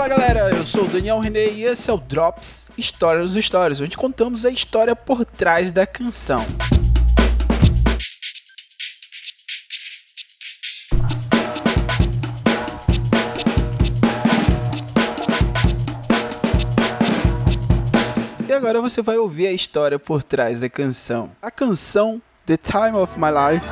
Fala galera, eu sou o Daniel René e esse é o Drops História dos Stories, onde contamos a história por trás da canção. E agora você vai ouvir a história por trás da canção. A canção The Time of My Life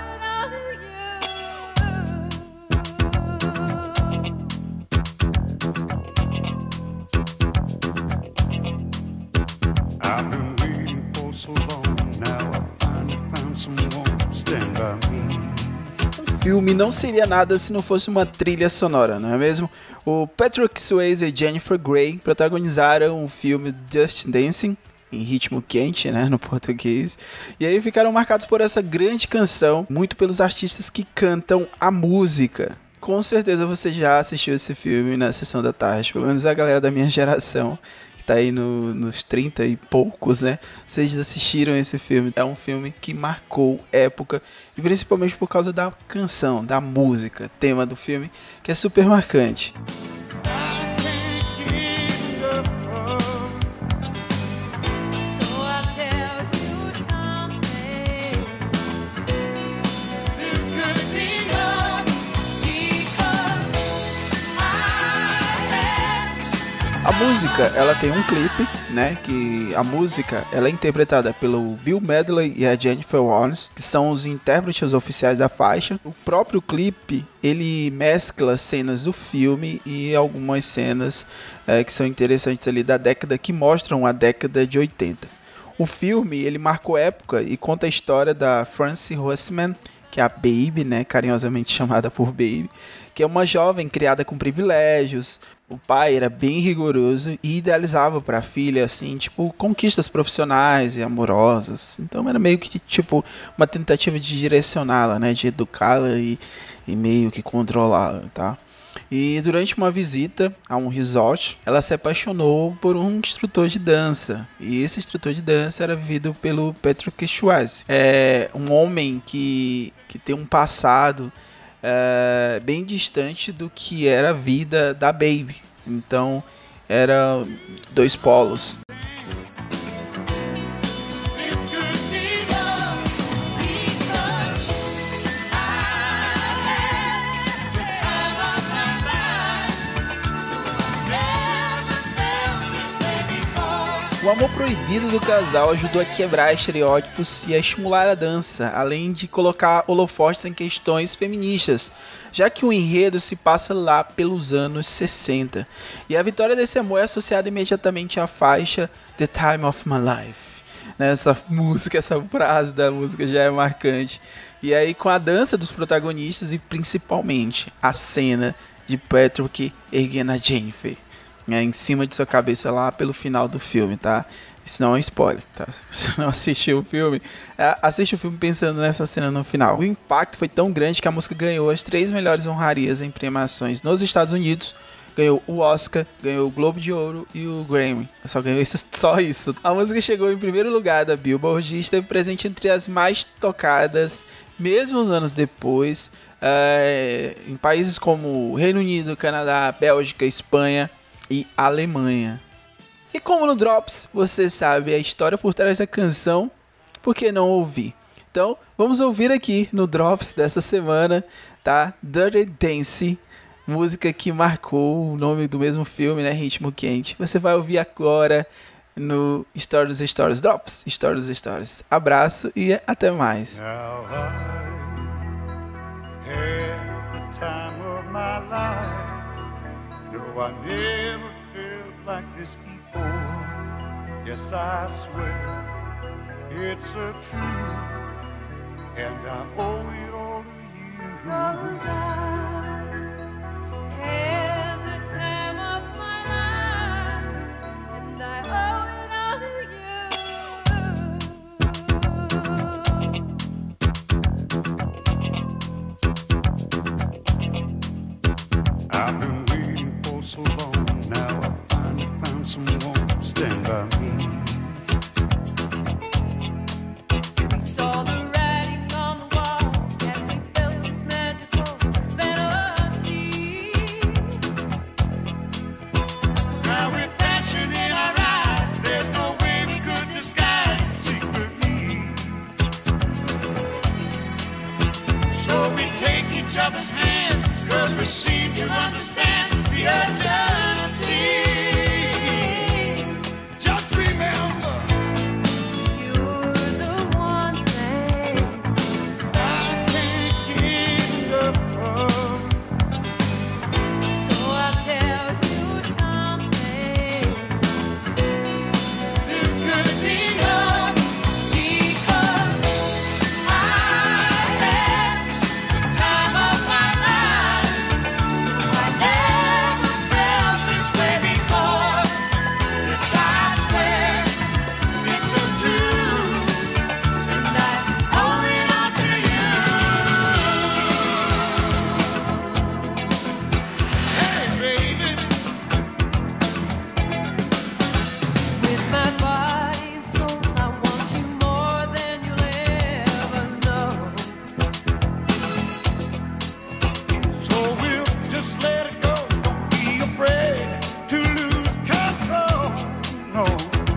filme não seria nada se não fosse uma trilha sonora, não é mesmo? O Patrick Swayze e Jennifer Grey protagonizaram o filme Just Dancing, em ritmo quente, né, no português, e aí ficaram marcados por essa grande canção, muito pelos artistas que cantam a música. Com certeza você já assistiu esse filme na sessão da tarde, pelo menos a galera da minha geração, tá aí nos 30 e poucos, né? Vocês assistiram esse filme. É um filme que marcou época, e principalmente por causa da canção, da música, tema do filme, que é super marcante. A música, ela tem um clipe, né, que a música, ela é interpretada pelo Bill Medley e a Jennifer Warnes, que são os intérpretes oficiais da faixa. O próprio clipe, ele mescla cenas do filme e algumas cenas que são interessantes ali da década, que mostram a década de 80. O filme, ele marcou época e conta a história da Frances Hussman, que é a Baby, né, carinhosamente chamada por Baby, que é uma jovem criada com privilégios. O pai era bem rigoroso e idealizava para a filha, assim, tipo, conquistas profissionais e amorosas. Então era meio que, tipo, uma tentativa de direcioná-la, né, de educá-la e meio que controlá-la, tá? E durante uma visita a um resort, ela se apaixonou por um instrutor de dança. E esse instrutor de dança era vivido pelo Patrick Swayze. É um homem que tem um passado bem distante do que era a vida da Baby. Então, eram dois polos. O amor proibido do casal ajudou a quebrar estereótipos e a estimular a dança, além de colocar holofotes em questões feministas, já que o enredo se passa lá pelos anos 60. E a vitória desse amor é associada imediatamente à faixa The Time of My Life. Essa música, essa frase da música já é marcante. E aí com a dança dos protagonistas e principalmente a cena de Patrick erguendo a Jennifer em cima de sua cabeça lá pelo final do filme, tá? Isso não é um spoiler, tá? Se você não assistiu o filme, assiste o filme pensando nessa cena no final. O impacto foi tão grande que a música ganhou as 3 melhores honrarias em premiações nos Estados Unidos, ganhou o Oscar, ganhou o Globo de Ouro e o Grammy. Só ganhou só isso. A música chegou em primeiro lugar da Billboard e esteve presente entre as mais tocadas, mesmo uns anos depois, em países como Reino Unido, Canadá, Bélgica, Espanha e Alemanha. E como no Drops você sabe a história por trás da canção, por que não ouvir? Então vamos ouvir aqui no Drops dessa semana, tá? Dirty Dancing, música que marcou o nome do mesmo filme, né? Ritmo Quente. Você vai ouvir agora no Story dos Stories. Drops, Story dos Stories. Abraço e até mais. Now I had the time of my life. No, I never felt like this before. Yes, I swear it's a truth, and I owe it all to you. 'Cause I had the time of my life, and I owe it all to you. I've been waiting for so long, now I finally found someone to stand by me. We saw the writing on the wall, and we felt this magical reach up his hand, 'cause we seem to understand the urgency. Just remember, You're the one thing I can't get enough of. So I'll tell you something. This could be love, Because I had the time of my life. I never felt this way before. Yes, I swear it's so true. and I owe it all to you. Hey, baby, With my body and soul, I want you more than you'll ever know. so we'll just let it go. Don't be afraid to lose control. No.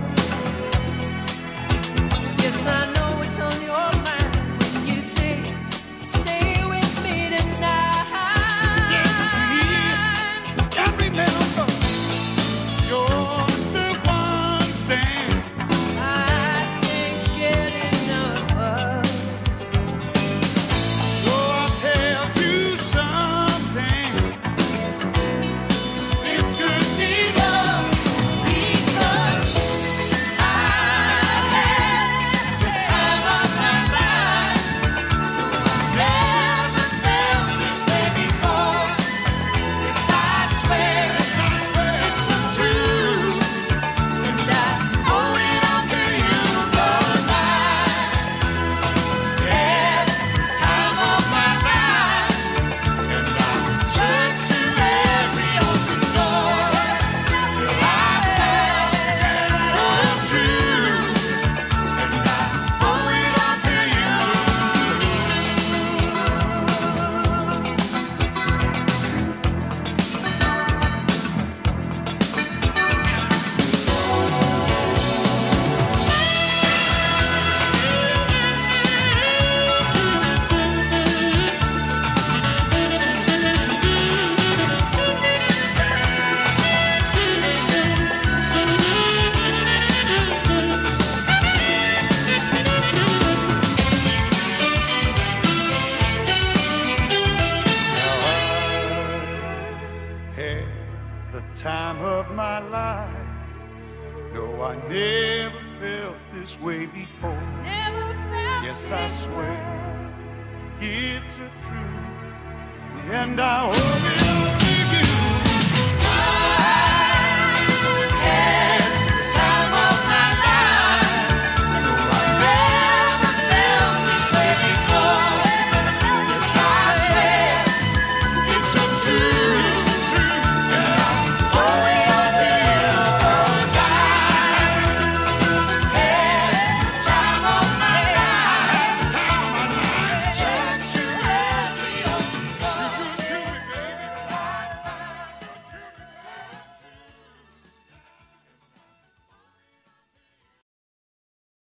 Yes, I know it's on your mind when you say, stay with me tonight. And remember, you're the one thing I can't get enough of. so I'll tell you something. This could be love because I had the time of my life. Never felt this way before. Yes, I swear it's so true, and I owe it all to you 'cause I had the time of my life. And I searched through every open door till I found love true, and I owe it all to you. Had the time of my life. No, I never felt this way before. Never felt Yes, I this swear. way. It's a truth, and I owe it